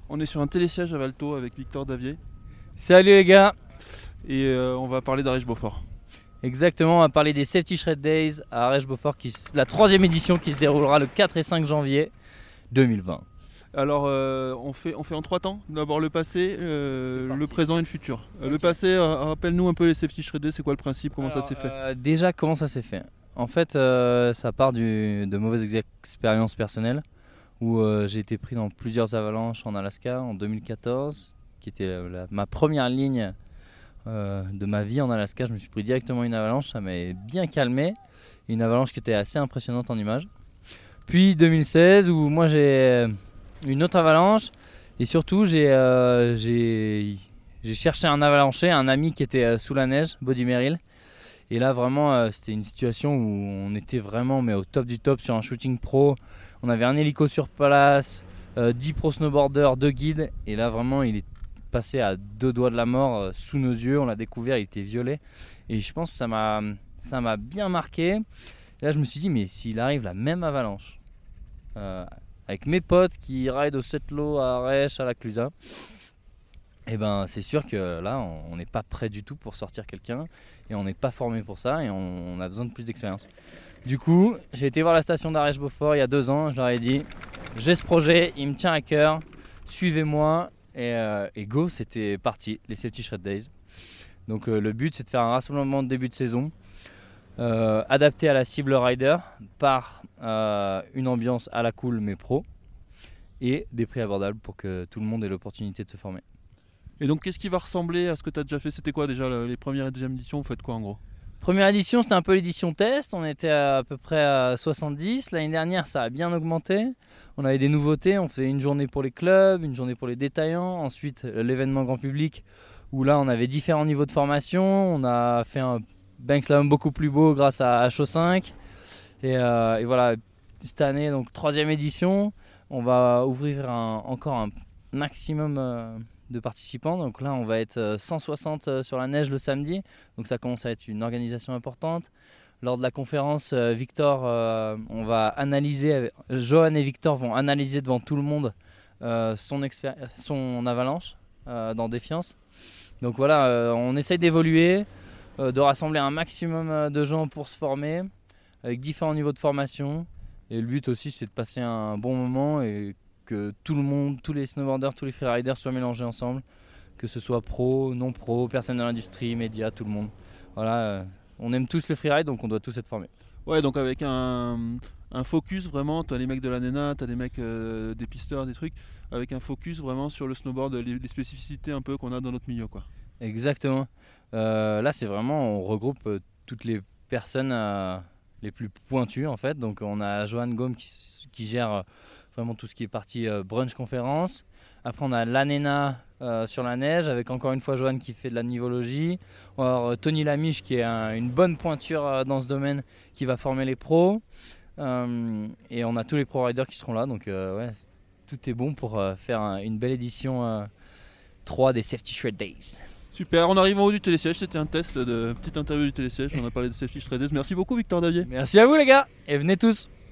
On est sur un télésiège à Valto avec Victor Davier Salut les gars. et on va parler d'Arèche-Beaufort. Exactement, on va parler des Safety Shred Days à Arèche-Beaufort, la 3e édition qui se déroulera le 4 et 5 janvier 2020. Alors on fait en 3 temps, d'abord le passé, le présent et le futur. Ok. Le passé, rappelle-nous un peu les Safety Shred Days, c'est quoi le principe, comment ça s'est fait? Déjà, comment ça s'est fait? En fait, ça part de mauvaises expériences personnelles où j'ai été pris dans plusieurs avalanches en Alaska en 2014, qui était ma première ligne de ma vie en Alaska. Je me suis pris directement une avalanche, ça m'avait bien calmé. Une avalanche qui était assez impressionnante en images. Puis 2016 où moi j'ai une autre avalanche et surtout j'ai cherché un avalanché, un ami qui était sous la neige, Body Merrill. Et là vraiment c'était une situation où on était vraiment mais au top du top sur un shooting pro. On avait un hélico sur place, 10 pro snowboarders, 2 guides. Et là vraiment il est passé à 2 doigts de la mort sous nos yeux. On l'a découvert, il était violet. Et je pense que ça m'a bien marqué. Et là je me suis dit mais s'il arrive la même avalanche avec mes potes qui ride au Setlo à Arèche, à la Clusa, et ben c'est sûr que là on n'est pas prêt du tout pour sortir quelqu'un et on n'est pas formé pour ça et on a besoin de plus d'expérience. Du coup j'ai été voir la station d'Arèche-Beaufort il y a 2 ans, je leur ai dit j'ai ce projet, il me tient à cœur, suivez-moi et go, c'était parti, les Safety Shred Days. Donc le but c'est de faire un rassemblement de début de saison adapté à la cible rider par une ambiance à la cool mais pro et des prix abordables pour que tout le monde ait l'opportunité de se former. Et donc qu'est-ce qui va ressembler à ce que tu as déjà fait? C'était quoi déjà les premières et deuxième éditions? Vous faites quoi en gros? Première édition c'était un peu l'édition test, on était à peu près à 70, l'année dernière ça a bien augmenté, on avait des nouveautés, on faisait une journée pour les clubs, une journée pour les détaillants, ensuite l'événement grand public où là on avait différents niveaux de formation, on a fait un bank slalom beaucoup plus beau grâce à HO5 et voilà, cette année donc 3e édition, on va ouvrir encore un maximum de participants, donc là on va être 160 sur la neige le samedi, donc ça commence à être une organisation importante. Lors de la conférence, Victor, on va analyser, Johan et Victor vont analyser devant tout le monde son avalanche dans Défiance. Donc voilà, on essaye d'évoluer, de rassembler un maximum de gens pour se former, avec différents niveaux de formation. Et le but aussi c'est de passer un bon moment et que tout le monde, tous les snowboarders, tous les freeriders soient mélangés ensemble, que ce soit pro, non pro, personnes de l'industrie, médias, tout le monde. Voilà, on aime tous le freeride donc on doit tous être formés. Ouais, donc avec un focus vraiment, tu as les mecs de la NENA, tu as des mecs des pisteurs, des trucs, avec un focus vraiment sur le snowboard, les spécificités un peu qu'on a dans notre milieu quoi. Exactement. Là c'est vraiment, on regroupe toutes les personnes les plus pointues en fait. Donc on a Johan Gaume qui gère vraiment tout ce qui est partie brunch conférence. Après on a l'ANENA sur la neige avec encore une fois Johan qui fait de la nivologie. On va avoir Tony Lamiche qui est une bonne pointure dans ce domaine qui va former les pros. Et on a tous les pro riders qui seront là. Donc ouais, tout est bon pour faire une belle édition 3 des Safety Shred Days. Super, on arrive en haut du télésiège, c'était un test de petite interview du télésiège, on a parlé de Safety Shred Days. Merci beaucoup Victor Davier. Merci à vous les gars et venez tous.